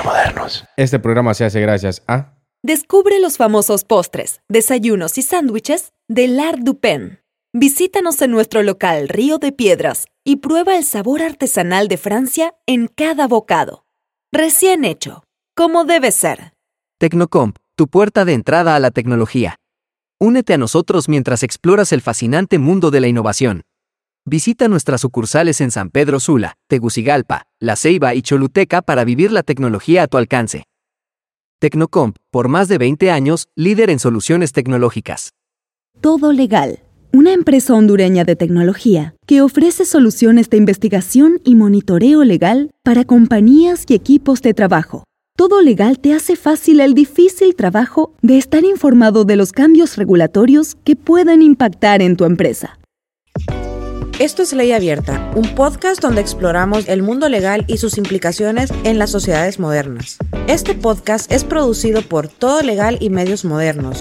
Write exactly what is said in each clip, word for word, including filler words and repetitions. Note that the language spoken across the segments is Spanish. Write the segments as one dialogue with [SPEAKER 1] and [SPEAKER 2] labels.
[SPEAKER 1] modernos.
[SPEAKER 2] Este programa se hace gracias a...
[SPEAKER 3] Descubre los famosos postres, desayunos y sándwiches de L'Art du Pain. Visítanos en nuestro local Río de Piedras y prueba el sabor artesanal de Francia en cada bocado. Recién hecho, como debe ser.
[SPEAKER 4] Tecnocomp, tu puerta de entrada a la tecnología. Únete a nosotros mientras exploras el fascinante mundo de la innovación. Visita nuestras sucursales en San Pedro Sula, Tegucigalpa, La Ceiba y Choluteca para vivir la tecnología a tu alcance. Tecnocomp, por más de veinte años, líder en soluciones tecnológicas.
[SPEAKER 5] Todo Legal, una empresa hondureña de tecnología que ofrece soluciones de investigación y monitoreo legal para compañías y equipos de trabajo. Todo Legal te hace fácil el difícil trabajo de estar informado de los cambios regulatorios que pueden impactar en tu empresa.
[SPEAKER 6] Esto es Ley Abierta, un podcast donde exploramos el mundo legal y sus implicaciones en las sociedades modernas. Este podcast es producido por Todo Legal y Medios Modernos.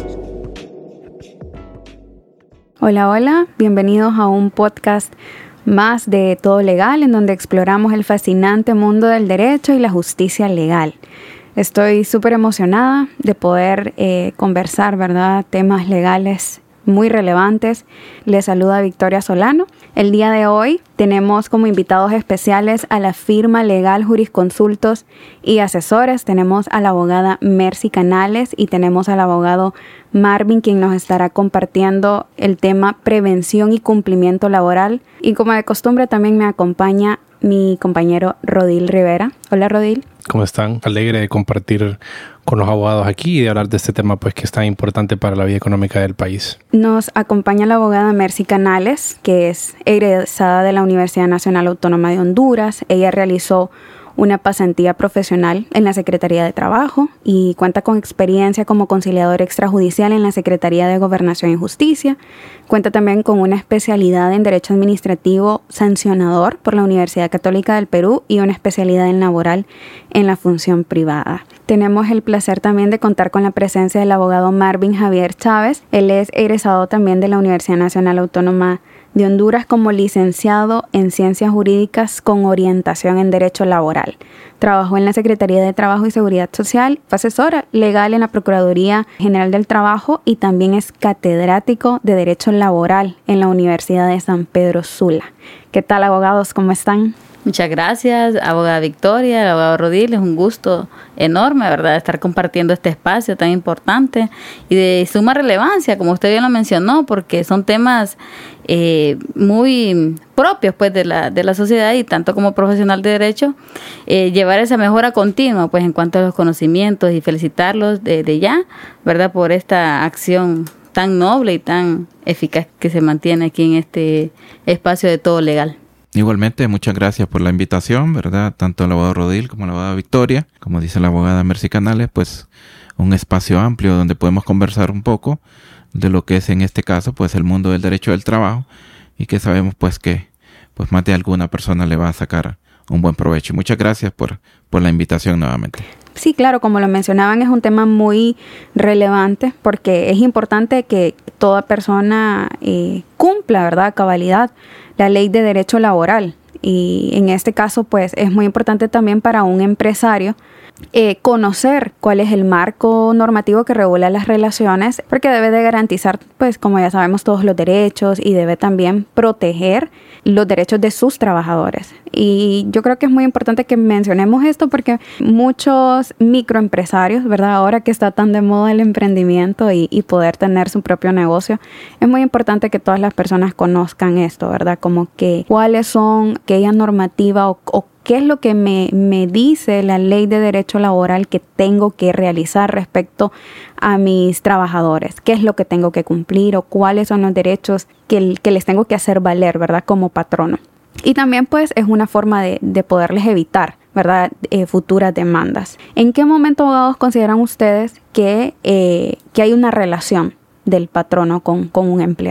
[SPEAKER 7] Hola, hola, bienvenidos a un podcast más de Todo Legal, en donde exploramos el fascinante mundo del derecho y la justicia legal. Estoy súper emocionada de poder eh, conversar, ¿verdad?, temas legales muy relevantes. Les saluda Victoria Solano. El día de hoy tenemos como invitados especiales a la firma legal Jurisconsultos y Asesores. Tenemos a la abogada Mercy Canales y tenemos al abogado Marvin, quien nos estará compartiendo el tema prevención y cumplimiento laboral. Y como de costumbre también me acompaña mi compañero Rodil Rivera. Hola, Rodil.
[SPEAKER 1] ¿Cómo están? Alegre de compartir con los abogados aquí y de hablar de este tema pues que es tan importante para la vida económica del país.
[SPEAKER 7] Nos acompaña la abogada Mercy Canales, que es egresada de la Universidad Nacional Autónoma de Honduras. Ella realizó una pasantía profesional en la Secretaría de Trabajo y cuenta con experiencia como conciliador extrajudicial en la Secretaría de Gobernación y Justicia. Cuenta también con una especialidad en Derecho Administrativo Sancionador por la Universidad Católica del Perú y una especialidad en laboral en la función privada. Tenemos el placer también de contar con la presencia del abogado Marvin Javier Chávez. Él es egresado también de la Universidad Nacional Autónoma de Honduras como licenciado en Ciencias Jurídicas con orientación en Derecho Laboral. Trabajó en la Secretaría de Trabajo y Seguridad Social, fue asesora legal en la Procuraduría General del Trabajo y también es catedrático de Derecho Laboral en la Universidad de San Pedro Sula. ¿Qué tal, abogados? ¿Cómo están?
[SPEAKER 8] Muchas gracias, abogada Victoria, el abogado Rodil. Es un gusto enorme, ¿verdad?, estar compartiendo este espacio tan importante y de suma relevancia, como usted bien lo mencionó, porque son temas eh, muy propios pues de la de la sociedad y tanto como profesional de derecho, eh, llevar esa mejora continua pues en cuanto a los conocimientos y felicitarlos de, de ya, ¿verdad?, por esta acción tan noble y tan eficaz que se mantiene aquí en este espacio de Todo Legal.
[SPEAKER 9] Igualmente, muchas gracias por la invitación, ¿verdad? Tanto al abogado Rodil como a la abogada Victoria. Como dice la abogada Mercy Canales, pues un espacio amplio donde podemos conversar un poco de lo que es en este caso, pues el mundo del derecho del trabajo y que sabemos pues que pues más de alguna persona le va a sacar un buen provecho. Muchas gracias por, por la invitación nuevamente.
[SPEAKER 7] Sí, claro, como lo mencionaban, es un tema muy relevante porque es importante que toda persona eh, cumpla, ¿verdad?, a cabalidad la ley de derecho laboral. Y en este caso, pues, es muy importante también para un empresario eh, conocer cuál es el marco normativo que regula las relaciones, porque debe de garantizar, pues, como ya sabemos, todos los derechos y debe también proteger los derechos de sus trabajadores. Y yo creo que es muy importante que mencionemos esto porque muchos microempresarios, ¿verdad?, ahora que está tan de moda el emprendimiento y, y poder tener su propio negocio, es muy importante que todas las personas conozcan esto, ¿verdad?, como que cuáles son aquella normativa o, o qué es lo que me, me dice la ley de derecho laboral que tengo que realizar respecto a mis trabajadores, qué es lo que tengo que cumplir o cuáles son los derechos que, que les tengo que hacer valer, ¿verdad?, como patrono. Y también pues es una forma de, de poderles evitar, ¿verdad?, eh, futuras demandas. ¿En qué momento, abogados, consideran ustedes que, eh, que hay una relación del patrono con, con un empleado?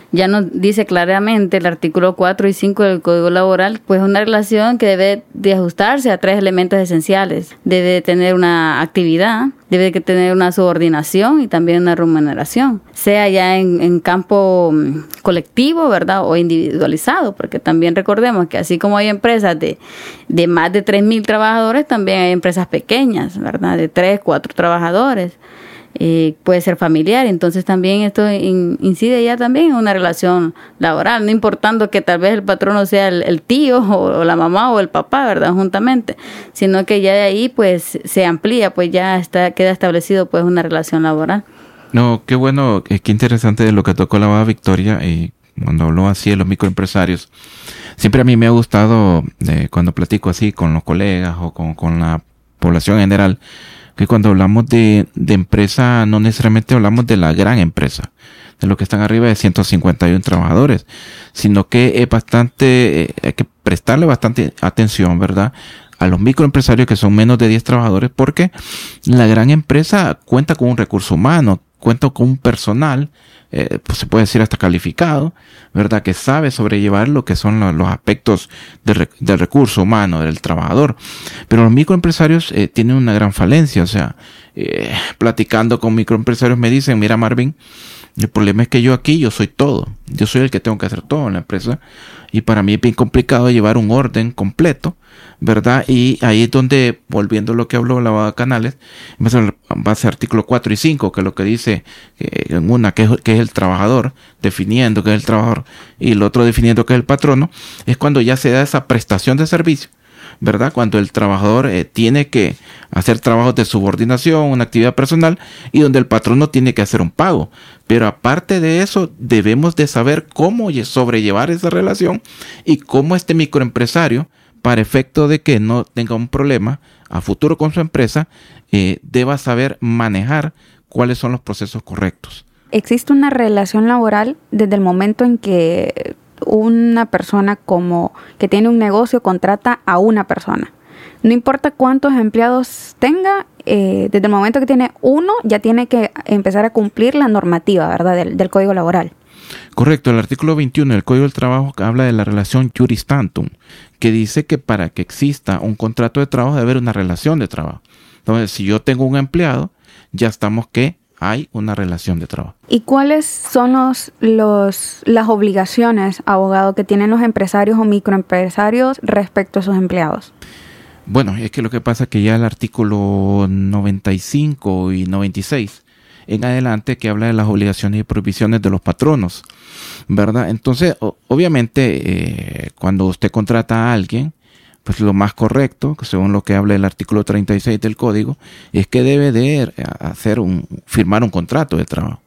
[SPEAKER 8] ya nos dice claramente el artículo cuatro y cinco del Código Laboral, pues una relación que debe de ajustarse a tres elementos esenciales. Debe tener una actividad, debe de tener una subordinación y también una remuneración, sea ya en, en campo colectivo, ¿verdad? O individualizado, porque también recordemos que así como hay empresas de, de más de tres mil trabajadores, también hay empresas pequeñas, ¿verdad? De tres, cuatro trabajadores. Eh, puede ser familiar, entonces también esto in, incide ya también en una relación laboral, no importando que tal vez el patrono sea el, el tío o, o la mamá o el papá, ¿verdad? Juntamente, sino que ya de ahí pues se amplía, pues ya está queda establecido pues una relación laboral.
[SPEAKER 9] No, qué bueno, eh, qué interesante de lo que tocó la abogada Victoria, eh, cuando habló así de los microempresarios. Siempre a mí me ha gustado, eh, cuando platico así con los colegas o con, con la población en general, que cuando hablamos de, de empresa, no necesariamente hablamos de la gran empresa, de lo que están arriba de ciento cincuenta y uno trabajadores, sino que es bastante, eh, hay que prestarle bastante atención, ¿verdad?, a los microempresarios que son menos de diez trabajadores, porque la gran empresa cuenta con un recurso humano, cuenta con un personal, eh, pues se puede decir hasta calificado, ¿verdad?, que sabe sobrellevar lo que son los, los aspectos del, del recurso humano, del trabajador. Pero los microempresarios eh, tienen una gran falencia, o sea, eh, platicando con microempresarios me dicen, mira Marvin, el problema es que yo aquí, yo soy todo, yo soy el que tengo que hacer todo en la empresa, y para mí es bien complicado llevar un orden completo, ¿verdad? Y ahí es donde, volviendo a lo que habló la abogada Canales, en base al artículo cuatro y cinco, que es lo que dice eh, en una, que es, que es el trabajador, definiendo que es el trabajador, y el otro definiendo que es el patrono, es cuando ya se da esa prestación de servicio, ¿verdad? Cuando el trabajador eh, tiene que hacer trabajos de subordinación, una actividad personal, y donde el patrono tiene que hacer un pago. Pero aparte de eso, debemos de saber cómo sobrellevar esa relación y cómo este microempresario, para efecto de que no tenga un problema a futuro con su empresa, eh, deba saber manejar cuáles son los procesos correctos.
[SPEAKER 7] Existe una relación laboral desde el momento en que una persona como que tiene un negocio contrata a una persona. No importa cuántos empleados tenga, eh, desde el momento que tiene uno, ya tiene que empezar a cumplir la normativa, ¿verdad?, del, del Código Laboral.
[SPEAKER 9] Correcto, el artículo veintiuno del Código del Trabajo habla de la relación juris tantum, que dice que para que exista un contrato de trabajo debe haber una relación de trabajo. Entonces, si yo tengo un empleado, ya estamos que hay una relación de trabajo.
[SPEAKER 7] ¿Y cuáles son los, los, las obligaciones, abogado, que tienen los empresarios o microempresarios respecto a sus empleados?
[SPEAKER 9] Bueno, es que lo que pasa es que ya el artículo noventa y cinco y noventa y seis en adelante, que habla de las obligaciones y prohibiciones de los patronos, ¿verdad? Entonces, o, obviamente, eh, cuando usted contrata a alguien, pues lo más correcto, según lo que habla el artículo treinta y seis del Código, es que debe de hacer un, firmar un contrato de trabajo,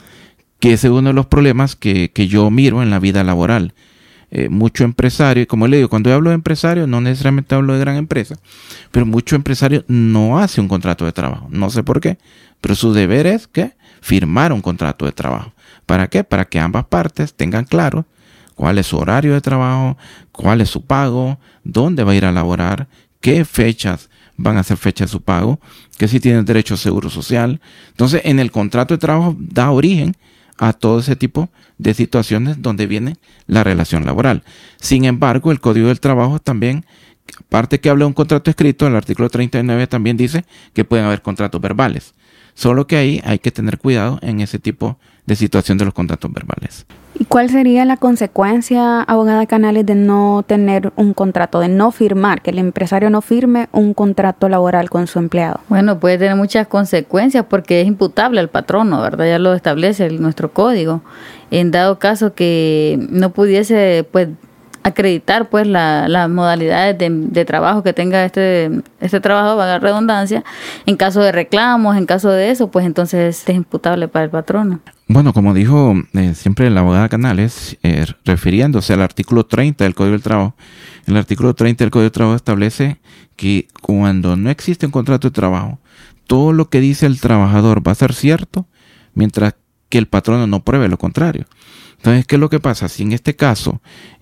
[SPEAKER 9] que es uno de los problemas que, que yo miro en la vida laboral. Eh, mucho empresario, y como le digo, cuando yo hablo de empresario, no necesariamente hablo de gran empresa, pero mucho empresario no hace un contrato de trabajo, no sé por qué, pero su deber es que firmar un contrato de trabajo. ¿Para qué? Para que ambas partes tengan claro cuál es su horario de trabajo, cuál es su pago, dónde va a ir a laborar, qué fechas van a ser fechas de su pago, que si tienen derecho a seguro social. Entonces, en el contrato de trabajo da origen a todo ese tipo de situaciones donde viene la relación laboral. Sin embargo, el Código del Trabajo también, aparte que habla de un contrato escrito, el artículo treinta y nueve también dice que pueden haber contratos verbales. Solo que ahí hay que tener cuidado en ese tipo de situación de los contratos verbales.
[SPEAKER 7] ¿Y cuál sería la consecuencia, abogada Canales, de no tener un contrato, de no firmar, que el empresario no firme un contrato laboral con su empleado?
[SPEAKER 8] Bueno, puede tener muchas consecuencias porque es imputable al patrono, ¿verdad? Ya lo establece el, nuestro código. En dado caso que no pudiese, pues, acreditar pues la, las modalidades de, de trabajo que tenga este, este trabajo, valga la redundancia, en caso de reclamos, en caso de eso, pues entonces es imputable para el patrono.
[SPEAKER 9] Bueno, como dijo eh, siempre la abogada Canales, eh, refiriéndose al artículo treinta del Código del Trabajo, el artículo treinta del Código del Trabajo establece que cuando no existe un contrato de trabajo, todo lo que dice el trabajador va a ser cierto, mientras que el patrono no pruebe lo contrario. Entonces, ¿qué es lo que pasa? Si en este caso,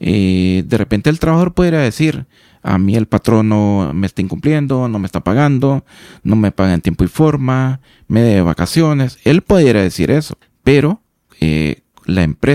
[SPEAKER 9] eh, de repente el trabajador pudiera decir, a mí el patrono me está incumpliendo, no me está pagando, no me paga en tiempo y forma, me debe vacaciones, él pudiera decir eso, pero eh, la empresa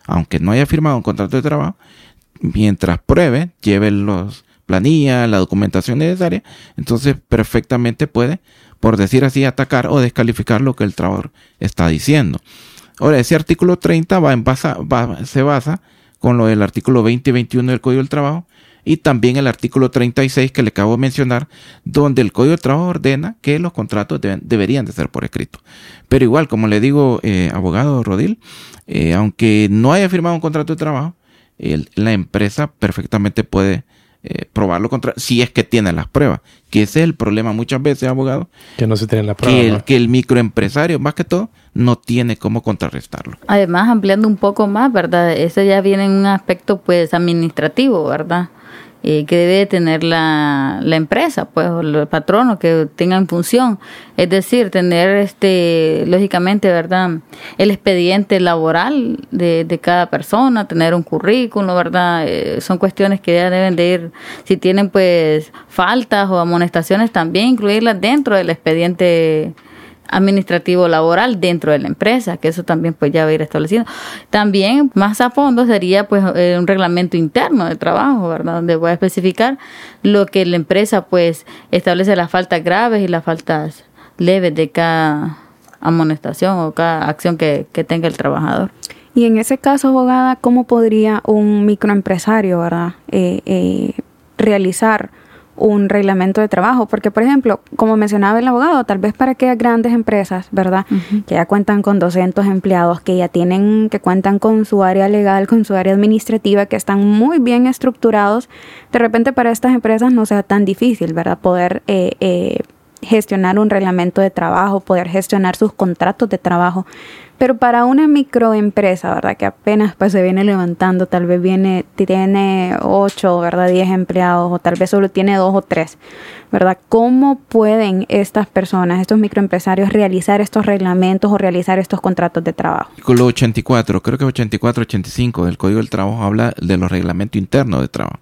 [SPEAKER 9] aunque no haya firmado un contrato de trabajo, mientras pruebe, lleve los planillas, la documentación necesaria, entonces perfectamente puede, por decir así, atacar o descalificar lo que el trabajador está diciendo. Ahora, ese artículo treinta va en basa, va, se basa con lo del artículo veinte y veintiuno del Código del Trabajo y también el artículo treinta y seis que le acabo de mencionar, donde el Código del Trabajo ordena que los contratos deben, deberían de ser por escrito. Pero igual, como le digo, eh, abogado Rodil, eh, aunque no haya firmado un contrato de trabajo, el, la empresa perfectamente puede eh, probarlo contra, si es que tiene las pruebas, que ese es el problema muchas veces, abogado,
[SPEAKER 1] que no se tienen las pruebas,
[SPEAKER 9] que el,
[SPEAKER 1] ¿no?
[SPEAKER 9] que el microempresario, más que todo, no tiene cómo contrarrestarlo.
[SPEAKER 8] Además, ampliando un poco más, ¿verdad? Eso ya viene en un aspecto, pues, administrativo, ¿verdad? Eh, que debe tener la, la empresa, pues, o el patrono que tenga en función. Es decir, tener, este, lógicamente, ¿verdad? El expediente laboral de, de cada persona, tener un currículum, ¿verdad? Eh, son cuestiones que ya deben de ir, si tienen, pues, faltas o amonestaciones, también incluirlas dentro del expediente administrativo laboral dentro de la empresa, que eso también pues ya va a ir establecido. También más a fondo sería pues eh, un reglamento interno de trabajo, ¿verdad? Donde voy a especificar lo que la empresa pues establece las faltas graves y las faltas leves de cada amonestación o cada acción que, que tenga el trabajador.
[SPEAKER 7] Y en ese caso, abogada, ¿cómo podría un microempresario, verdad, eh, eh, realizar un reglamento de trabajo? Porque, por ejemplo, como mencionaba el abogado, tal vez para aquellas grandes empresas, ¿verdad? Uh-huh. Que ya cuentan con doscientos empleados, que ya tienen, que cuentan con su área legal, con su área administrativa, que están muy bien estructurados, de repente para estas empresas no sea tan difícil, ¿verdad? Poder eh, eh, gestionar un reglamento de trabajo, poder gestionar sus contratos de trabajo. Pero para una microempresa, ¿verdad? Que apenas pues se viene levantando, tal vez viene, tiene ocho, ¿verdad? diez empleados, o tal vez solo tiene dos o tres, ¿verdad? ¿Cómo pueden estas personas, estos microempresarios, realizar estos reglamentos o realizar estos contratos de trabajo?
[SPEAKER 9] Artículo ochenta y cuatro, creo que ochenta y cuatro, ochenta y cinco del Código del Trabajo habla de los reglamentos internos de trabajo.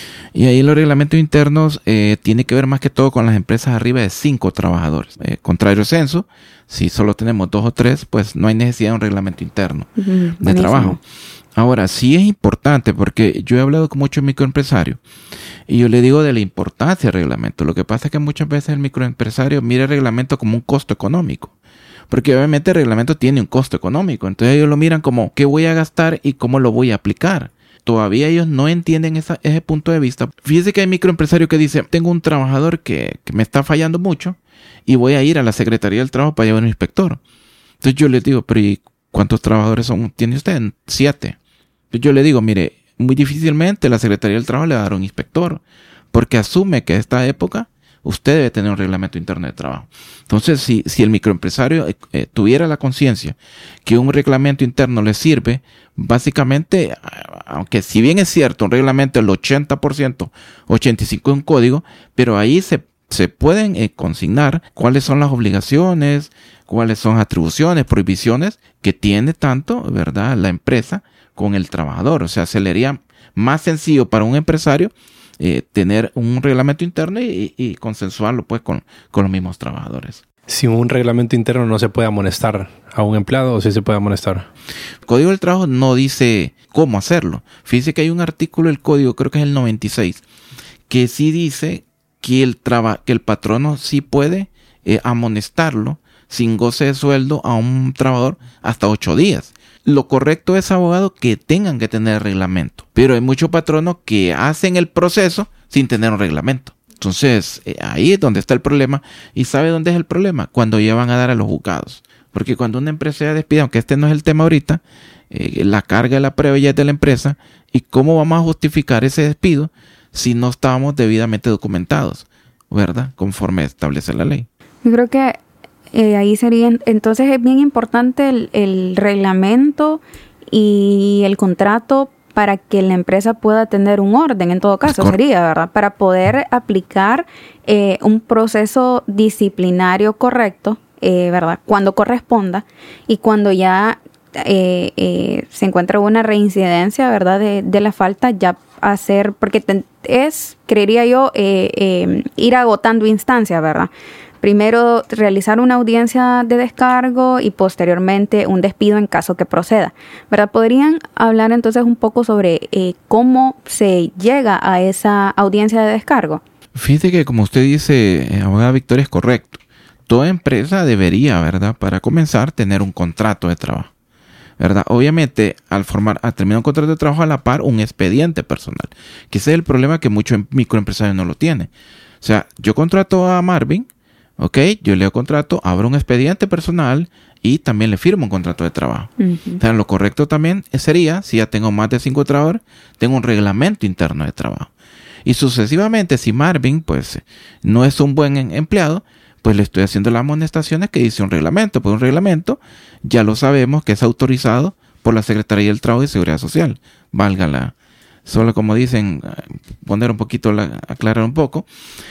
[SPEAKER 9] Y ahí los reglamentos internos eh, tiene que ver más que todo con las empresas arriba de cinco trabajadores. Eh, contrario censo, si solo tenemos dos o tres, pues no hay necesidad de un reglamento interno uh-huh, de buenísimo. Trabajo. Ahora, sí es importante porque yo he hablado con muchos microempresarios y yo le digo de la importancia del reglamento. Lo que pasa es que muchas veces el microempresario mira el reglamento como un costo económico. Porque obviamente el reglamento tiene un costo económico. Entonces ellos lo miran como qué voy a gastar y cómo lo voy a aplicar. Todavía ellos no entienden esa, ese punto de vista. Fíjese que hay microempresarios que dicen, tengo un trabajador que, que me está fallando mucho y voy a ir a la Secretaría del Trabajo para llevar un inspector. Entonces yo les digo, pero ¿y cuántos trabajadores son, tiene usted? Siete. Entonces yo le digo, mire, muy difícilmente la Secretaría del Trabajo le va a dar un inspector porque asume que a esta época usted debe tener un reglamento interno de trabajo. Entonces, si, si el microempresario eh, eh, tuviera la conciencia que un reglamento interno le sirve, básicamente, aunque si bien es cierto, un reglamento el ochenta por ciento, ochenta y cinco por ciento es un código, pero ahí se, se pueden eh, consignar cuáles son las obligaciones, cuáles son atribuciones, prohibiciones que tiene tanto, ¿verdad?, la empresa con el trabajador. O sea, se le haría más sencillo para un empresario Eh, tener un reglamento interno y, y consensuarlo pues con, con los mismos trabajadores.
[SPEAKER 1] Si un reglamento interno no se puede amonestar a un empleado, ¿o sí se puede amonestar?
[SPEAKER 9] El Código del Trabajo no dice cómo hacerlo. Fíjese que hay un artículo del Código, creo que es el noventa y seis, que sí dice que el, traba, que el patrono sí puede eh, amonestarlo sin goce de sueldo a un trabajador hasta ocho días. Lo correcto es, abogado, que tengan que tener reglamento. Pero hay muchos patronos que hacen el proceso sin tener un reglamento. Entonces, eh, ahí es donde está el problema. ¿Y sabe dónde es el problema? Cuando ya van a dar a los juzgados. Porque cuando una empresa ya despide, aunque este no es el tema ahorita, eh, la carga de la prueba ya es de la empresa. ¿Y cómo vamos a justificar ese despido si no estábamos debidamente documentados? ¿Verdad? Conforme establece la ley.
[SPEAKER 7] Yo creo que Eh, ahí sería, entonces es bien importante el, el reglamento y el contrato para que la empresa pueda tener un orden, en todo caso sería, ¿verdad? Para poder aplicar eh, un proceso disciplinario correcto, eh, ¿verdad? Cuando corresponda y cuando ya eh, eh, se encuentra una reincidencia, ¿verdad? De, de la falta, ya hacer, porque te, es, creería yo, eh, eh, ir agotando instancias, ¿verdad? Primero realizar una audiencia de descargo y posteriormente un despido en caso que proceda, ¿verdad? ¿Podrían hablar entonces un poco sobre eh, cómo se llega a esa audiencia de descargo?
[SPEAKER 9] Fíjate que como usted dice, eh, abogada Victoria, es correcto. Toda empresa debería, ¿verdad?, para comenzar, tener un contrato de trabajo, ¿verdad? Obviamente, al formar, al terminar un contrato de trabajo, a la par, un expediente personal. Que ese es el problema que muchos microempresarios no lo tienen. O sea, yo contrato a Marvin, ok, yo leo contrato, abro un expediente personal y también le firmo un contrato de trabajo. Uh-huh. O sea, lo correcto también sería, si ya tengo más de cinco trabajadores, tengo un reglamento interno de trabajo. Y sucesivamente, si Marvin, pues, no es un buen empleado, pues le estoy haciendo las amonestaciones que dice un reglamento. Pues un reglamento, ya lo sabemos que es autorizado por la Secretaría del Trabajo y Seguridad Social. Válgala. Solo como dicen, poner un poquito, la, aclarar un poco.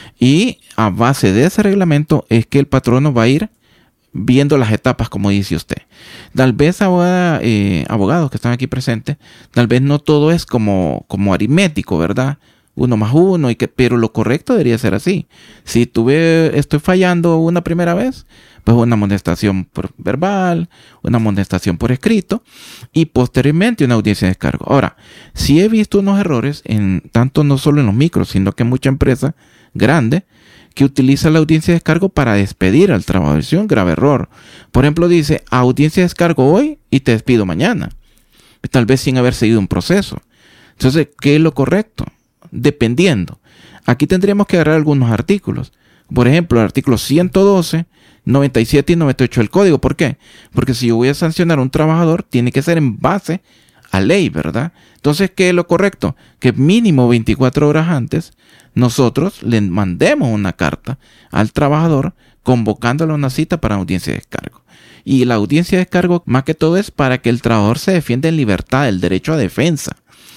[SPEAKER 9] Y a base de ese reglamento es que el patrono va a ir viendo las etapas, como dice usted. Tal vez, abogada, eh, abogados que están aquí presentes, tal vez no todo es como, como aritmético, ¿verdad? Uno más uno, y que, pero lo correcto debería ser así. Si tuve, estoy fallando una primera vez, pues una amonestación por verbal, una amonestación por escrito y posteriormente una audiencia de descargo. Ahora, si he visto unos errores, en tanto no solo en los micros, sino que en mucha empresa grande que utiliza la audiencia de descargo para despedir al trabajador. Es un grave error. Por ejemplo, dice audiencia de descargo hoy y te despido mañana. Tal vez sin haber seguido un proceso. Entonces, ¿qué es lo correcto? Dependiendo. Aquí tendríamos que agarrar algunos artículos. Por ejemplo, el artículo ciento doce, noventa y siete y noventa y ocho del código. ¿Por qué? Porque si yo voy a sancionar a un trabajador, tiene que ser en base a ley, ¿verdad? Entonces, ¿qué es lo correcto? Que mínimo veinticuatro horas antes nosotros le mandemos una carta al trabajador convocándolo a una cita para audiencia de descargo. Y la audiencia de descargo, más que todo, es para que el trabajador se defienda en libertad, el derecho a defensa.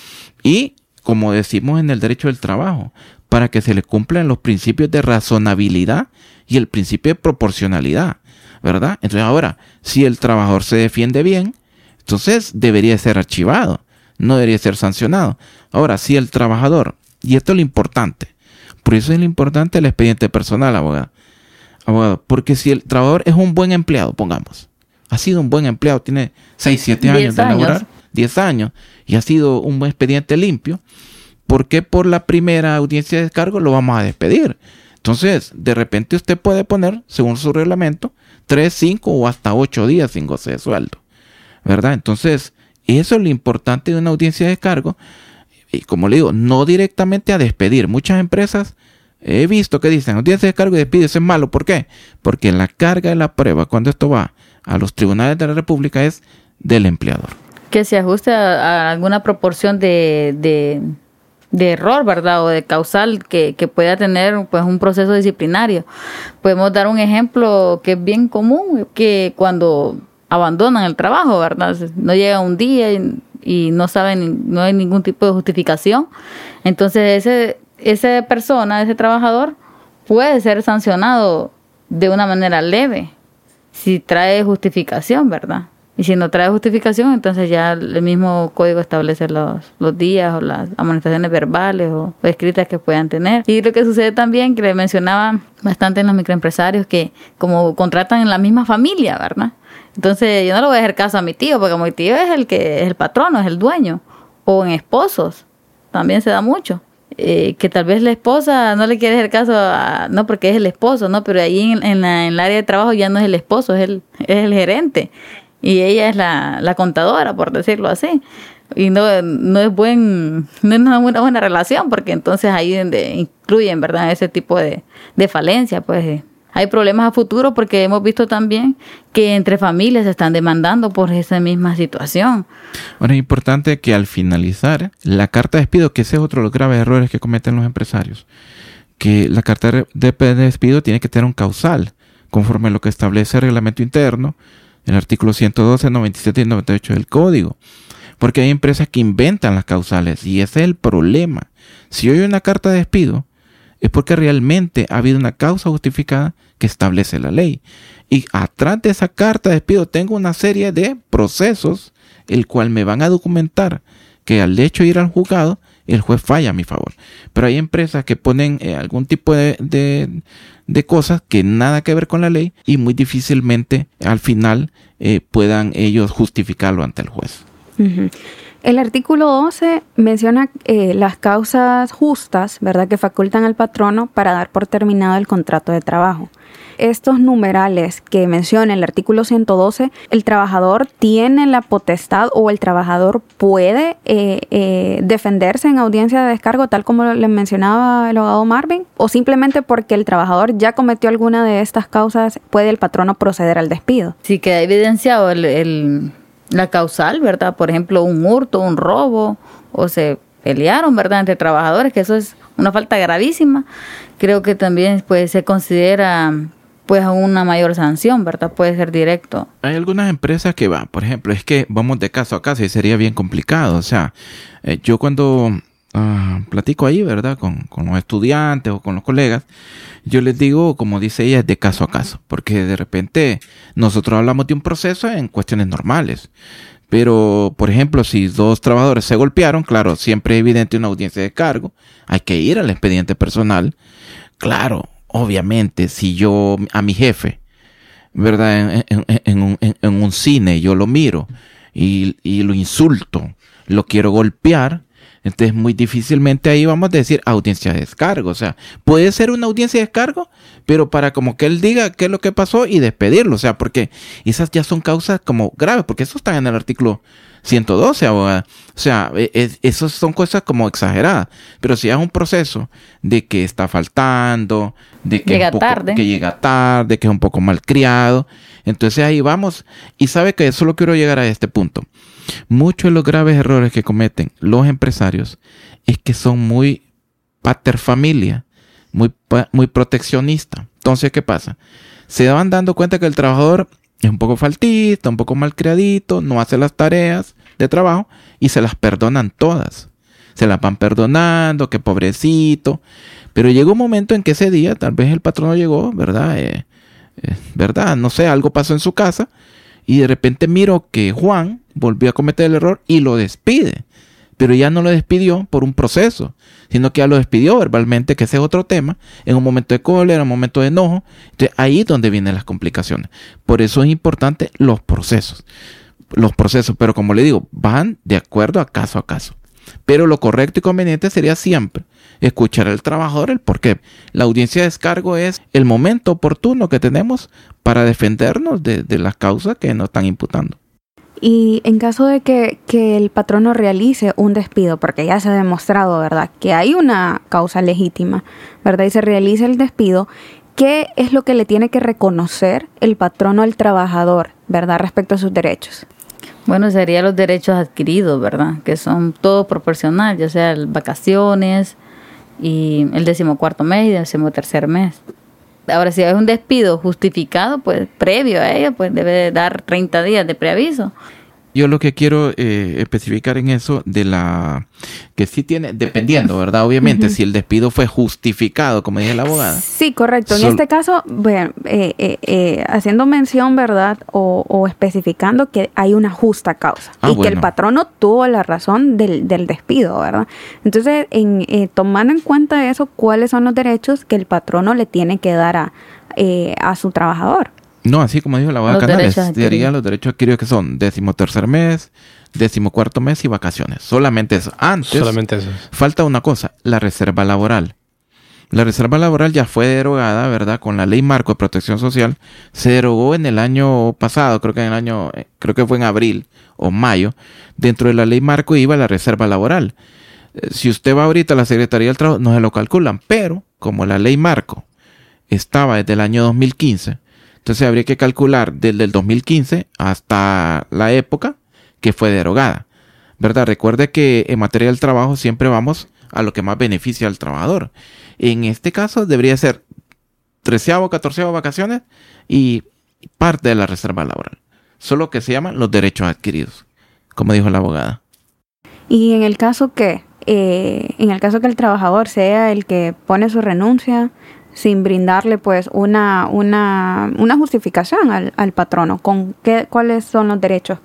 [SPEAKER 9] Y como decimos en el derecho del trabajo, para que se le cumplan los principios de razonabilidad y el principio de proporcionalidad, ¿verdad? Entonces ahora, si el trabajador se defiende bien, entonces debería ser archivado, no debería ser sancionado. Ahora, si el trabajador, y esto es lo importante, por eso es lo importante el expediente personal, abogado, abogado, porque si el trabajador es un buen empleado, pongamos, ha sido un buen empleado, tiene seis, siete años de laborar, diez años, y ha sido un buen expediente limpio, ¿por qué por la primera audiencia de descargo lo vamos a despedir? Entonces, de repente usted puede poner, según su reglamento, tres, cinco o hasta ocho días sin goce de sueldo, ¿verdad? Entonces, eso es lo importante de una audiencia de descargo. Y como le digo, no directamente a despedir. Muchas empresas he visto que dicen audiencia de descargo y despido, eso es malo. ¿Por qué? Porque la carga de la prueba, cuando esto va a los tribunales de la República, es del empleador.
[SPEAKER 8] Que se ajuste a, a alguna proporción de, de, de error, ¿verdad? O de causal que, que pueda tener pues un proceso disciplinario. Podemos dar un ejemplo que es bien común, que cuando abandonan el trabajo, ¿verdad? No llega un día y, y no saben, no hay ningún tipo de justificación. Entonces ese, esa persona, ese trabajador, puede ser sancionado de una manera leve si trae justificación, ¿verdad? Y si no trae justificación, entonces ya el mismo código establece los, los días o las amonestaciones verbales o, o escritas que puedan tener. Y lo que sucede también, que le mencionaba bastante en los microempresarios, que como contratan en la misma familia, ¿verdad? Entonces yo no le voy a hacer caso a mi tío, porque mi tío es el que es el patrono, es el dueño. O en esposos, también se da mucho. Eh, que tal vez la esposa no le quiere hacer caso a, no porque es el esposo, no, pero ahí en, en, la, en el área de trabajo ya no es el esposo, es el, es el gerente. Y ella es la, la contadora, por decirlo así. Y no, no es buen, no es una buena, buena relación, porque entonces ahí donde incluyen, ¿verdad?, ese tipo de, de falencia, pues hay problemas a futuro, porque hemos visto también que entre familias se están demandando por esa misma situación.
[SPEAKER 9] Ahora es importante que al finalizar la carta de despido, que ese es otro de los graves errores que cometen los empresarios, que la carta de despido tiene que tener un causal, conforme a lo que establece el reglamento interno, el artículo ciento doce, noventa y siete y noventa y ocho del código. Porque hay empresas que inventan las causales y ese es el problema. Si hoy hay una carta de despido, es porque realmente ha habido una causa justificada que establece la ley. Y atrás de esa carta de despido tengo una serie de procesos, el cual me van a documentar que al hecho de ir al juzgado, el juez falla a mi favor. Pero hay empresas que ponen eh, algún tipo de, de, de cosas que nada que ver con la ley y muy difícilmente al final eh, puedan ellos justificarlo ante el juez.
[SPEAKER 7] Uh-huh. El artículo doce menciona eh, las causas justas, ¿verdad?, que facultan al patrono para dar por terminado el contrato de trabajo. Estos numerales que menciona el artículo ciento doce, el trabajador tiene la potestad o el trabajador puede eh, eh, defenderse en audiencia de descargo, tal como le mencionaba el abogado Marvin, o simplemente porque el trabajador ya cometió alguna de estas causas, puede el patrono proceder al despido.
[SPEAKER 8] Sí, queda evidenciado el... el... la causal, ¿verdad? Por ejemplo, un hurto, un robo, o se pelearon, ¿verdad?, entre trabajadores, que eso es una falta gravísima. Creo que también pues se considera pues una mayor sanción, ¿verdad? Puede ser directo.
[SPEAKER 9] Hay algunas empresas que van, por ejemplo, es que vamos de caso a caso y sería bien complicado. O sea, eh, yo cuando uh, platico ahí, ¿verdad?, con, con los estudiantes o con los colegas, yo les digo, como dice ella, de caso a caso, porque de repente nosotros hablamos de un proceso en cuestiones normales. Pero, por ejemplo, si dos trabajadores se golpearon, claro, siempre es evidente una audiencia de cargo, hay que ir al expediente personal. Claro, obviamente, si yo a mi jefe, ¿verdad?, en, en, en, un, en, en un cine yo lo miro y, y lo insulto, lo quiero golpear, entonces muy difícilmente ahí vamos a decir audiencia de descargo. O sea, puede ser una audiencia de descargo, pero para como que él diga qué es lo que pasó y despedirlo. O sea, porque esas ya son causas como graves, porque eso está en el artículo ciento doce, abogada. O sea, es, esas son cosas como exageradas. Pero si es un proceso de que está faltando, de que,
[SPEAKER 8] llega
[SPEAKER 9] es un poco,
[SPEAKER 8] tarde.
[SPEAKER 9] que llega tarde, que es un poco malcriado, entonces ahí vamos. Y sabe que solo quiero llegar a este punto. Muchos de los graves errores que cometen los empresarios es que son muy pater familia, muy, muy proteccionistas. Entonces, ¿qué pasa? Se van dando cuenta que el trabajador es un poco faltista, un poco malcriadito, no hace las tareas de trabajo y se las perdonan todas. Se las van perdonando, que pobrecito. Pero llegó un momento en que ese día, tal vez el patrono llegó, ¿verdad? Eh, eh, ¿verdad? No sé, algo pasó en su casa y de repente miro que Juan volvió a cometer el error y lo despide. Pero ya no lo despidió por un proceso, sino que ya lo despidió verbalmente, que ese es otro tema, en un momento de cólera, en un momento de enojo. Entonces, ahí es donde vienen las complicaciones. Por eso es importante los procesos. Los procesos, pero como le digo, van de acuerdo a caso a caso. Pero lo correcto y conveniente sería siempre escuchar al trabajador el por qué. La audiencia de descargo es el momento oportuno que tenemos para defendernos de, de las causas que nos están imputando.
[SPEAKER 7] Y en caso de que, que el patrono realice un despido, porque ya se ha demostrado, ¿verdad?, que hay una causa legítima, ¿verdad?, y se realiza el despido, ¿qué es lo que le tiene que reconocer el patrono al trabajador, ¿verdad?, respecto a sus derechos?
[SPEAKER 8] Bueno, serían los derechos adquiridos, ¿verdad?, que son todo proporcional, ya sea vacaciones y el decimocuarto mes y el decimotercer mes. Ahora, si hay un despido justificado, pues previo a ello, pues debe dar treinta días de preaviso.
[SPEAKER 9] Yo lo que quiero eh, especificar en eso de la que sí tiene, dependiendo, ¿verdad? Obviamente, uh-huh. Si el despido fue justificado, como dice la abogada.
[SPEAKER 7] Sí, correcto. En
[SPEAKER 9] Sol-
[SPEAKER 7] este caso, bueno, eh, eh, eh, haciendo mención, ¿verdad? O, o especificando que hay una justa causa
[SPEAKER 9] Ah,
[SPEAKER 7] y
[SPEAKER 9] bueno.
[SPEAKER 7] que el patrono tuvo la razón del, del despido, ¿verdad? Entonces, en, eh, tomando en cuenta eso, ¿cuáles son los derechos que el patrono le tiene que dar a, eh, a su trabajador?
[SPEAKER 9] No, así como dijo la abogada
[SPEAKER 8] Los
[SPEAKER 9] Canales,
[SPEAKER 8] derechos adquiridos.
[SPEAKER 9] serían los derechos adquiridos que son decimotercer mes, decimocuarto mes y vacaciones. Solamente eso. Antes,
[SPEAKER 1] Solamente eso.
[SPEAKER 9] falta una cosa, la reserva laboral. La reserva laboral ya fue derogada, ¿verdad? Con la Ley Marco de Protección Social. Se derogó en el año pasado, creo que en el año, creo que fue en abril o mayo. Dentro de la Ley Marco iba la reserva laboral. Eh, Si usted va ahorita a la Secretaría del Trabajo, no se lo calculan, pero como la Ley Marco estaba desde el año dos mil quince, entonces habría que calcular desde el dos mil quince hasta la época que fue derogada, ¿verdad? Recuerde que en materia del trabajo siempre vamos a lo que más beneficia al trabajador. En este caso debería ser treceavo, catorceavo vacaciones y parte de la reserva laboral. Solo que se llaman los derechos adquiridos, como dijo la abogada.
[SPEAKER 7] Y en el caso que, eh, en el caso que el trabajador sea el que pone su renuncia sin brindarle pues una una una justificación al, al patrono, ¿con qué, cuáles son los derechos que?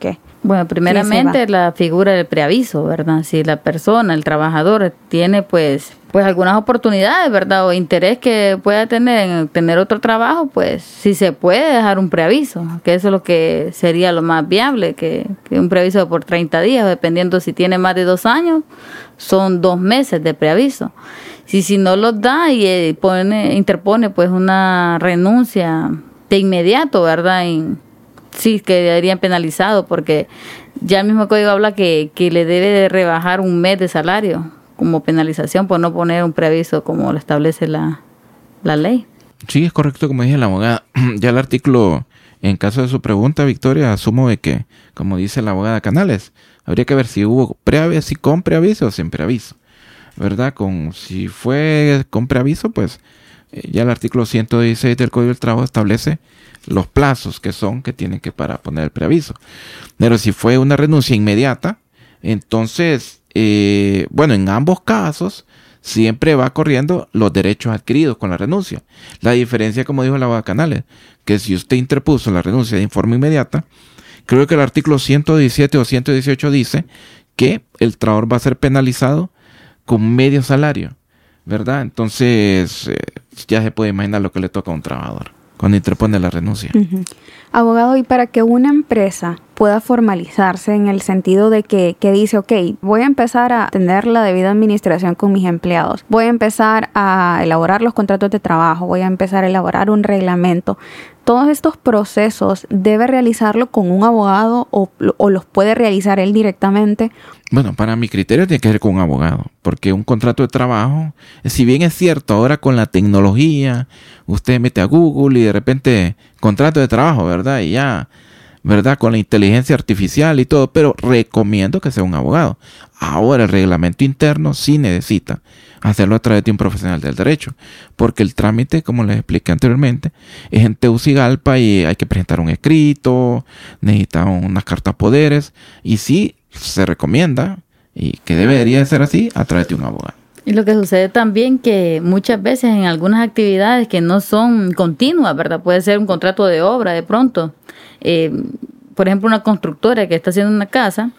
[SPEAKER 8] Bueno, primeramente la figura del preaviso, ¿verdad? Si la persona, el trabajador, tiene pues pues algunas oportunidades, ¿verdad? O interés que pueda tener en tener otro trabajo, pues si se puede dejar un preaviso, que eso es lo que sería lo más viable, que, que un preaviso por treinta días, dependiendo si tiene más de dos años, son dos meses de preaviso. Si, si no los da y eh, pone, interpone pues una renuncia de inmediato, ¿verdad? En, sí, quedarían penalizados porque ya el mismo código habla que, que le debe de rebajar un mes de salario como penalización por no poner un preaviso como lo establece la, la ley.
[SPEAKER 9] Sí, es correcto, como dije la abogada. Ya el artículo, en caso de su pregunta, Victoria, asumo de que, como dice la abogada Canales, habría que ver si hubo preaviso, si con preaviso o sin preaviso, ¿verdad? Con, si fue con preaviso, pues eh, ya el artículo ciento dieciséis del Código del Trabajo establece los plazos que son que tienen que para poner el preaviso. Pero si fue una renuncia inmediata, entonces, eh, bueno, en ambos casos siempre va corriendo los derechos adquiridos con la renuncia. La diferencia, como dijo la abogada Canales, que si usted interpuso la renuncia de forma inmediata, creo que el artículo ciento diecisiete o ciento dieciocho dice que el trabajador va a ser penalizado con medio salario, ¿verdad? Entonces, eh, ya se puede imaginar lo que le toca a un trabajador cuando interpone la renuncia.
[SPEAKER 7] Uh-huh. Abogado, y para que una empresa pueda formalizarse en el sentido de que, que dice, ok, voy a empezar a tener la debida administración con mis empleados, voy a empezar a elaborar los contratos de trabajo, voy a empezar a elaborar un reglamento, todos estos procesos debe realizarlo con un abogado o, o los puede realizar él directamente.
[SPEAKER 9] Bueno, para mi criterio tiene que ser con un abogado, porque un contrato de trabajo, si bien es cierto, ahora con la tecnología, usted mete a Google y de repente contrato de trabajo, ¿verdad? Y ya, ¿verdad? Con la inteligencia artificial y todo, pero recomiendo que sea un abogado. Ahora el reglamento interno sí necesita hacerlo a través de un profesional del derecho, porque el trámite, como les expliqué anteriormente, es en Tegucigalpa y hay que presentar un escrito, necesita unas cartas poderes, y sí se recomienda, y que debería ser así, a través de un abogado.
[SPEAKER 8] Y lo que sucede también que muchas veces en algunas actividades que no son continuas, ¿verdad? Puede ser un contrato de obra de pronto. Eh, por ejemplo, una constructora que está haciendo una casa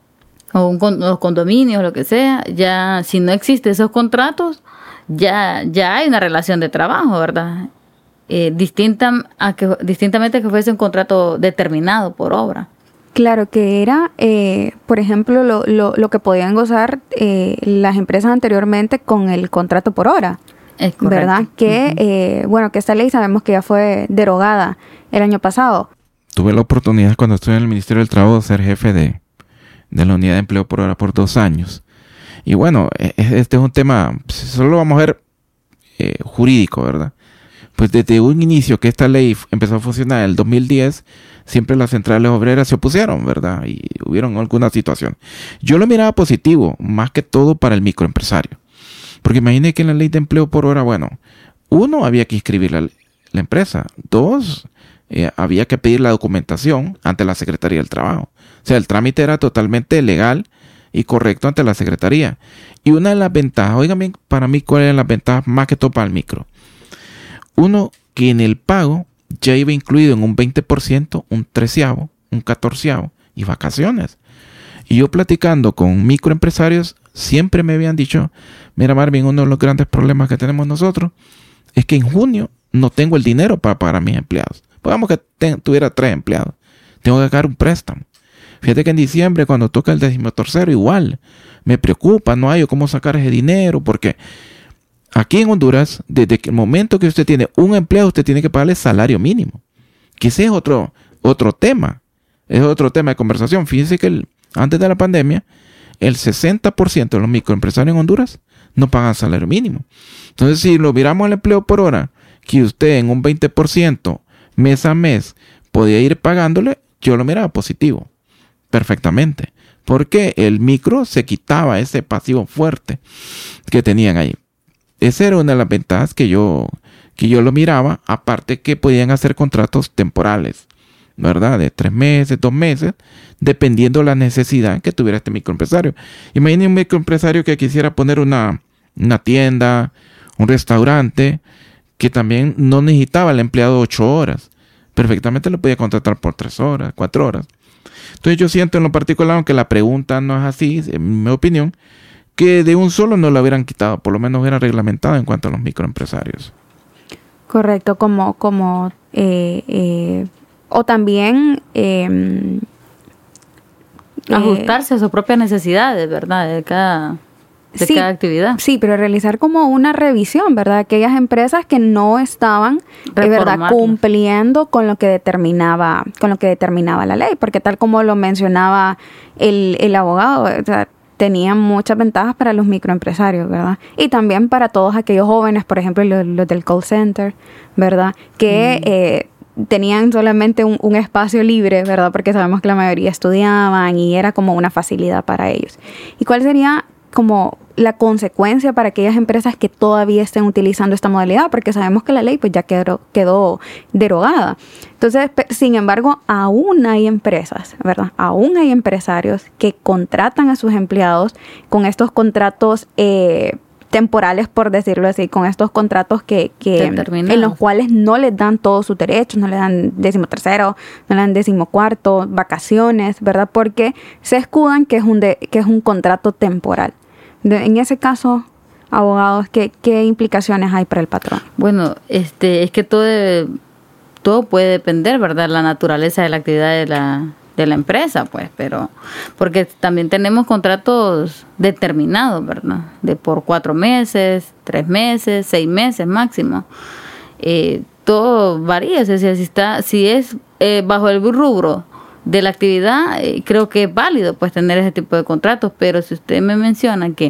[SPEAKER 8] o un con, los condominios, lo que sea, ya si no existen esos contratos, ya, ya hay una relación de trabajo, ¿verdad? Eh, distinta a que, distintamente a que fuese un contrato determinado por obra.
[SPEAKER 7] Claro, que era, eh, por ejemplo, lo, lo, lo que podían gozar eh, las empresas anteriormente con el contrato por hora.
[SPEAKER 8] Es correcto.
[SPEAKER 7] ¿Verdad? Que, uh-huh. eh, bueno, que esta ley sabemos que ya fue derogada el año pasado.
[SPEAKER 9] Tuve la oportunidad cuando estuve en el Ministerio del Trabajo de ser jefe de, de la unidad de empleo por hora por dos años. Y bueno, este es un tema, solo lo vamos a ver eh, jurídico, ¿verdad? Pues desde un inicio que esta ley empezó a funcionar en el dos mil diez, siempre las centrales obreras se opusieron, ¿verdad? Y hubieron alguna situación. Yo lo miraba positivo, más que todo para el microempresario. Porque imagínense que en la ley de empleo por hora, bueno, uno, había que inscribir la, la empresa. Dos, eh, había que pedir la documentación ante la Secretaría del Trabajo. O sea, el trámite era totalmente legal y correcto ante la Secretaría. Y una de las ventajas, oigan bien, para mí, ¿cuáles eran las ventajas más que todo para el micro? Uno, que en el pago ya iba incluido en un veinte por ciento, un treceavo, un catorceavo y vacaciones. Y yo platicando con microempresarios, siempre me habían dicho, mira Marvin, uno de los grandes problemas que tenemos nosotros es que en junio no tengo el dinero para pagar a mis empleados. Pongamos que te, tuviera tres empleados. Tengo que sacar un préstamo. Fíjate que en diciembre, cuando toca el decimotercero, igual me preocupa, no hay cómo sacar ese dinero, porque aquí en Honduras, desde el momento que usted tiene un empleado, usted tiene que pagarle salario mínimo. Que ese es otro, otro tema. Es otro tema de conversación. Fíjense que el, antes de la pandemia, el sesenta por ciento de los microempresarios en Honduras no pagan salario mínimo. Entonces, si lo miramos al empleo por hora, que usted en un veinte por ciento mes a mes podía ir pagándole, yo lo miraba positivo. Perfectamente. Porque el micro se quitaba ese pasivo fuerte que tenían ahí. Esa era una de las ventajas que yo, que yo lo miraba, aparte que podían hacer contratos temporales, ¿verdad? De tres meses, dos meses, dependiendo de la necesidad que tuviera este microempresario. Imaginen un microempresario que quisiera poner una, una tienda, un restaurante, que también no necesitaba al empleado ocho horas. Perfectamente lo podía contratar por tres horas, cuatro horas. Entonces yo siento en lo particular, aunque la pregunta no es así, en mi opinión, que de un solo no lo hubieran quitado, por lo menos hubieran reglamentado en cuanto a los microempresarios.
[SPEAKER 7] Correcto, como, como eh, eh, o también eh,
[SPEAKER 8] ajustarse eh, a sus propias necesidades, ¿verdad? De cada, de
[SPEAKER 7] sí,
[SPEAKER 8] cada actividad.
[SPEAKER 7] Sí, pero realizar como una revisión, ¿verdad? Aquellas empresas que no estaban, de verdad, cumpliendo con lo que determinaba, con lo que determinaba la ley, porque tal como lo mencionaba el, el abogado, o sea, tenían muchas ventajas para los microempresarios, ¿verdad? Y también para todos aquellos jóvenes, por ejemplo, los, los del call center, ¿verdad? Que mm. eh, tenían solamente un, un espacio libre, ¿verdad? Porque sabemos que la mayoría estudiaban y era como una facilidad para ellos. ¿Y cuál sería como la consecuencia para aquellas empresas que todavía estén utilizando esta modalidad? Porque sabemos que la ley pues ya quedó, quedó derogada. Entonces, sin embargo, aún hay empresas, ¿verdad? Aún hay empresarios que contratan a sus empleados con estos contratos eh, temporales, por decirlo así, con estos contratos que, que en los cuales no les dan todos sus derechos, no le dan décimo tercero, no le dan décimo cuarto, vacaciones, ¿verdad? Porque se escudan que es un de, que es un contrato temporal. De, en ese caso, abogados, ¿qué, ¿qué implicaciones hay para el patrón?
[SPEAKER 8] Bueno, este, es que todo, de, todo puede depender, ¿verdad? La naturaleza de la actividad de la, de la empresa, pues, pero porque también tenemos contratos determinados, ¿verdad? De por cuatro meses, tres meses, seis meses máximo. Eh, todo varía, o sea, si está, si es eh, bajo el rubro de la actividad, eh, creo que es válido pues tener ese tipo de contratos, pero si usted me menciona que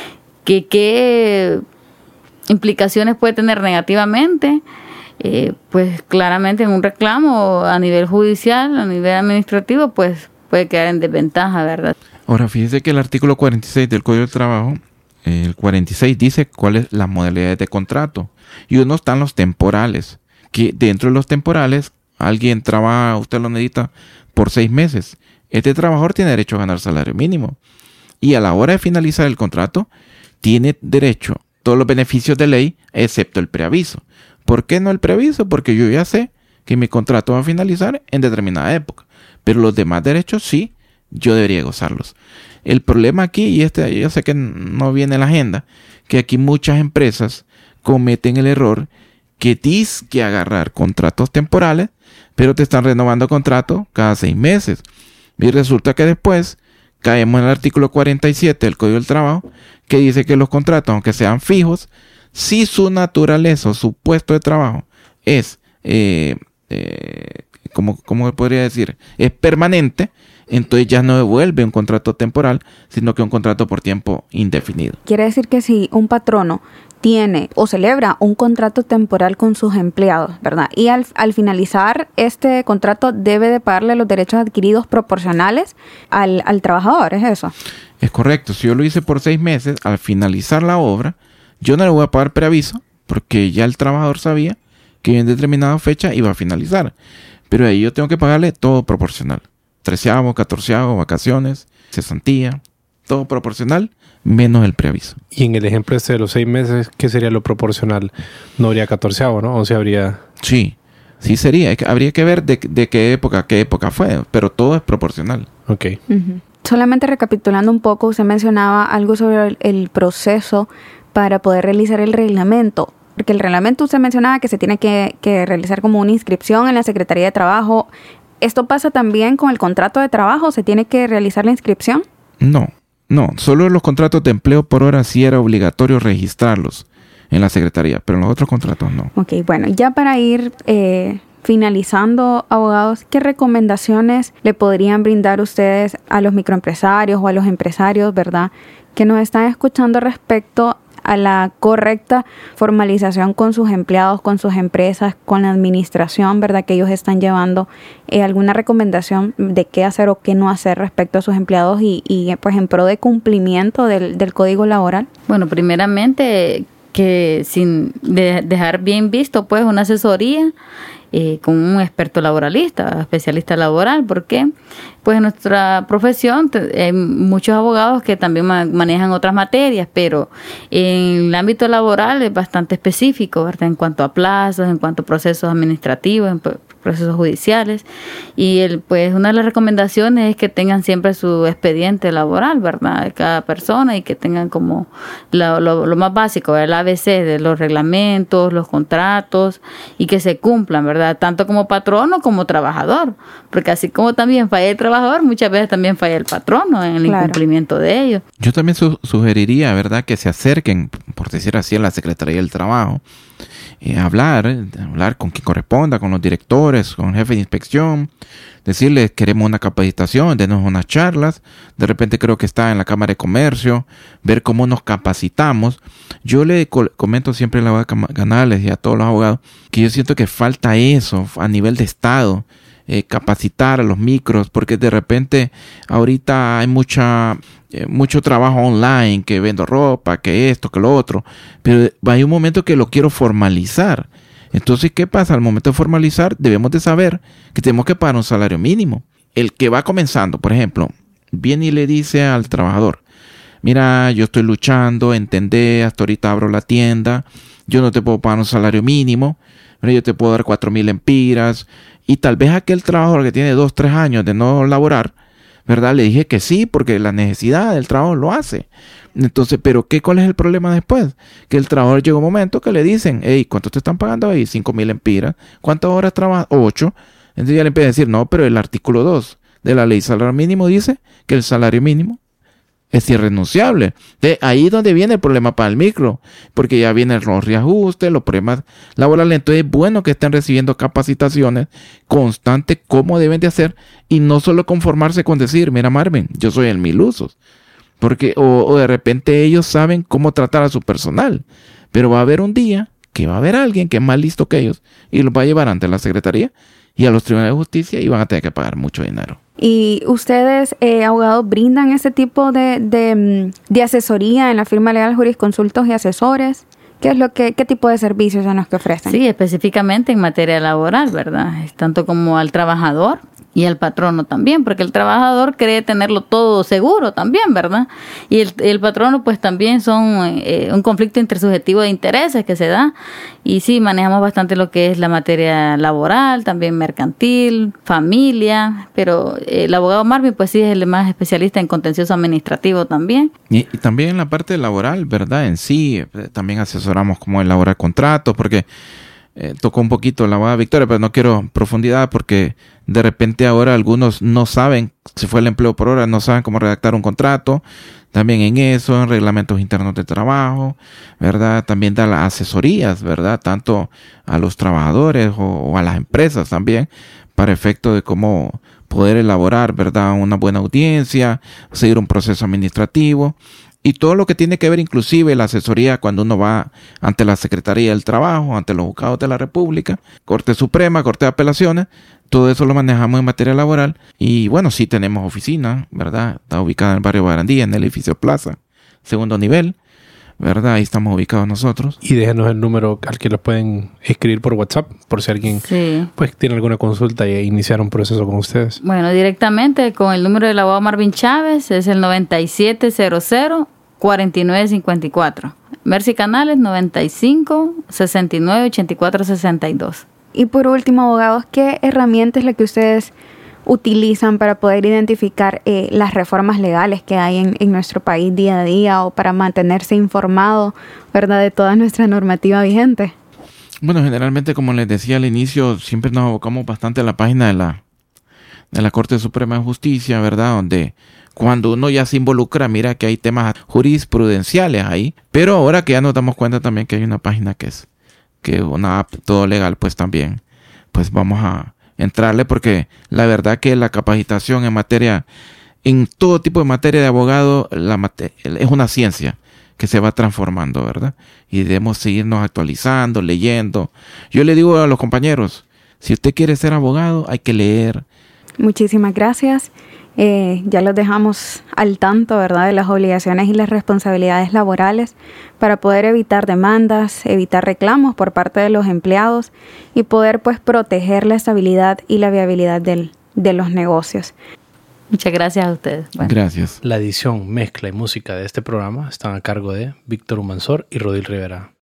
[SPEAKER 8] que qué implicaciones puede tener negativamente, eh, pues claramente en un reclamo a nivel judicial, a nivel administrativo, pues puede quedar en desventaja, ¿verdad?
[SPEAKER 9] Ahora, fíjese que el artículo cuarenta y seis del Código del Trabajo, eh, el cuarenta y seis dice cuáles las modalidades de contrato, y uno están los temporales, que dentro de los temporales alguien trabaja, usted lo necesita por seis meses. Este trabajador tiene derecho a ganar salario mínimo. Y a la hora de finalizar el contrato, tiene derecho a todos los beneficios de ley, excepto el preaviso. ¿Por qué no el preaviso? Porque yo ya sé que mi contrato va a finalizar en determinada época. Pero los demás derechos sí, yo debería gozarlos. El problema aquí, y este yo sé que no viene en la agenda, que aquí muchas empresas cometen el error que tienes que agarrar contratos temporales, pero te están renovando contrato cada seis meses. Y resulta que después caemos en el artículo cuarenta y siete del Código del Trabajo, que dice que los contratos, aunque sean fijos, si su naturaleza o su puesto de trabajo es, eh, eh, ¿cómo, cómo podría decir? Es permanente, entonces ya no devuelve un contrato temporal, sino que un contrato por tiempo indefinido.
[SPEAKER 7] Quiere decir que si un patrono tiene o celebra un contrato temporal con sus empleados, ¿verdad? Y al, al finalizar este contrato debe de pagarle los derechos adquiridos proporcionales al, al trabajador, ¿es eso?
[SPEAKER 9] Es correcto. Si yo lo hice por seis meses, al finalizar la obra, yo no le voy a pagar preaviso porque ya el trabajador sabía que en determinada fecha iba a finalizar. Pero ahí yo tengo que pagarle todo proporcional. Treceavo, catorceavo, vacaciones, cesantía, todo proporcional, menos el preaviso.
[SPEAKER 1] Y en el ejemplo este de los seis meses, ¿qué sería lo proporcional? No habría catorceavo, ¿no? O sea, habría...
[SPEAKER 9] Sí, sí sería. Habría que ver de, de qué época, qué época fue, pero todo es proporcional.
[SPEAKER 1] Ok.
[SPEAKER 7] Uh-huh. Solamente recapitulando un poco, usted mencionaba algo sobre el, el proceso para poder realizar el reglamento. Porque el reglamento usted mencionaba que se tiene que, que realizar como una inscripción en la Secretaría de Trabajo. ¿Esto pasa también con el contrato de trabajo? ¿Se tiene que realizar la inscripción?
[SPEAKER 9] No. No, solo los contratos de empleo por hora sí era obligatorio registrarlos en la Secretaría, pero en los otros contratos no.
[SPEAKER 7] Ok, bueno, ya para ir eh, finalizando, abogados, ¿qué recomendaciones le podrían brindar ustedes a los microempresarios o a los empresarios, verdad, que nos están escuchando respecto a la correcta formalización con sus empleados, con sus empresas, con la administración, ¿verdad? Que ellos están llevando eh, alguna recomendación de qué hacer o qué no hacer respecto a sus empleados y, y pues en pro de cumplimiento del, del código laboral.
[SPEAKER 8] Bueno, primeramente que sin de, dejar bien visto pues una asesoría Eh, con un experto laboralista, especialista laboral, porque pues en nuestra profesión te, hay muchos abogados que también ma- manejan otras materias, pero en el ámbito laboral es bastante específico, ¿verdad? En cuanto a plazos, en cuanto a procesos administrativos, en, procesos judiciales. Y el, pues una de las recomendaciones es que tengan siempre su expediente laboral, ¿verdad? De cada persona, y que tengan como lo, lo, lo más básico, el A B C de los reglamentos, los contratos, y que se cumplan, ¿verdad? Tanto como patrono como trabajador, porque así como también falla el trabajador, muchas veces también falla el patrono en el claro. incumplimiento de ellos.
[SPEAKER 9] Yo también su- sugeriría, ¿verdad?, que se acerquen, por decir así, a la Secretaría del Trabajo, eh, hablar, eh, hablar con quien corresponda, con los directores, con el jefe de inspección, decirles queremos una capacitación, denos unas charlas. De repente creo que está en la Cámara de Comercio, ver cómo nos capacitamos. Yo le co- comento siempre a la abogada Canales y a todos los abogados que yo siento que falta eso a nivel de Estado. Eh, capacitar a los micros, porque de repente ahorita hay mucha eh, mucho trabajo online, que vendo ropa, que esto, que lo otro, pero hay un momento que lo quiero formalizar. Entonces, ¿qué pasa? Al momento de formalizar, debemos de saber que tenemos que pagar un salario mínimo. El que va comenzando, por ejemplo, viene y le dice al trabajador: mira, yo estoy luchando, entendé, hasta ahorita abro la tienda, yo no te puedo pagar un salario mínimo, pero yo te puedo dar cuatro mil empiras. Y tal vez aquel trabajador que tiene dos, tres años de no laborar, ¿verdad? Le dije que sí, porque la necesidad del trabajo lo hace. Entonces, ¿pero qué? ¿Cuál es el problema después? Que el trabajador llega un momento que le dicen: hey, ¿cuánto te están pagando ahí? cinco mil empiras. ¿Cuántas horas trabajas? ocho. Entonces ya le empieza a decir: no, pero el artículo dos de la ley salario mínimo dice que el salario mínimo es irrenunciable. De ahí es donde viene el problema para el micro, porque ya vienen los reajustes, los problemas laborales. Entonces es bueno que estén recibiendo capacitaciones constantes, cómo deben de hacer, y no solo conformarse con decir: mira, Marvin, yo soy el mil usos. Porque, o, o de repente ellos saben cómo tratar a su personal, pero va a haber un día que va a haber alguien que es más listo que ellos y los va a llevar ante la Secretaría y a los tribunales de justicia, y van a tener que pagar mucho dinero.
[SPEAKER 7] ¿Y ustedes, eh, abogados, brindan ese tipo de, de, de asesoría en la firma legal Jurisconsultos y Asesores? ¿Qué es lo que, qué tipo de servicios son los que ofrecen?
[SPEAKER 8] Sí, específicamente en materia laboral, ¿verdad? Es tanto como al trabajador y al patrono también, porque el trabajador cree tenerlo todo seguro también, ¿verdad? Y el, el patrono pues también son eh, un conflicto intersubjetivo de intereses que se da, y sí, manejamos bastante lo que es la materia laboral, también mercantil, familia, pero el abogado Marvin pues sí es el más especialista en contencioso administrativo también.
[SPEAKER 9] Y, y también en la parte laboral, ¿verdad? En sí, eh, también asesoramos cómo elaborar contratos, porque Eh, tocó un poquito la abogada Victoria, pero no quiero profundidad, porque de repente ahora algunos no saben, si fue el empleo por hora, no saben cómo redactar un contrato. También en eso, en reglamentos internos de trabajo, ¿verdad? También da las asesorías, ¿verdad? Tanto a los trabajadores o, o a las empresas también, para efecto de cómo poder elaborar, ¿verdad?, una buena audiencia, seguir un proceso administrativo. Y todo lo que tiene que ver, inclusive la asesoría cuando uno va ante la Secretaría del Trabajo, ante los juzgados de la República, Corte Suprema, Corte de Apelaciones, todo eso lo manejamos en materia laboral. Y bueno, sí tenemos oficina, ¿verdad? Está ubicada en el barrio Barandilla, en el edificio Plaza, segundo nivel, ¿verdad? Ahí estamos ubicados nosotros.
[SPEAKER 1] Y déjenos el número al que los pueden escribir por WhatsApp, por si alguien
[SPEAKER 8] sí.
[SPEAKER 1] pues tiene alguna consulta y iniciar un proceso con ustedes.
[SPEAKER 8] Bueno, directamente con el número del abogado Marvin Chávez, es el noventa y siete cero cero, cuarenta y nueve cincuenta y cuatro. Mercy Canales, noventa y cinco, sesenta y nueve, ochenta y cuatro, sesenta y dos.
[SPEAKER 7] Y por último, abogados, ¿qué herramienta es la que ustedes utilizan para poder identificar eh, las reformas legales que hay en, en nuestro país día a día, o para mantenerse informado, ¿verdad?, de toda nuestra normativa vigente?
[SPEAKER 9] Bueno, generalmente, como les decía al inicio, siempre nos abocamos bastante a la página de la, de la Corte Suprema de Justicia, ¿verdad?, donde cuando uno ya se involucra, mira que hay temas jurisprudenciales ahí, pero ahora que ya nos damos cuenta también que hay una página que es que una app todo legal, pues también pues vamos a entrarle, porque la verdad que la capacitación en materia, en todo tipo de materia de abogado, la mate- es una ciencia que se va transformando, ¿verdad? Y debemos seguirnos actualizando, leyendo. Yo le digo a los compañeros, si usted quiere ser abogado, hay que leer.
[SPEAKER 7] Muchísimas gracias. Eh, ya los dejamos al tanto, ¿verdad?, de las obligaciones y las responsabilidades laborales para poder evitar demandas, evitar reclamos por parte de los empleados y poder pues proteger la estabilidad y la viabilidad del, de los negocios.
[SPEAKER 8] Muchas gracias a ustedes. Bueno.
[SPEAKER 9] Gracias.
[SPEAKER 1] La edición, mezcla y música de este programa están a cargo de Víctor Humansor y Rodil Rivera.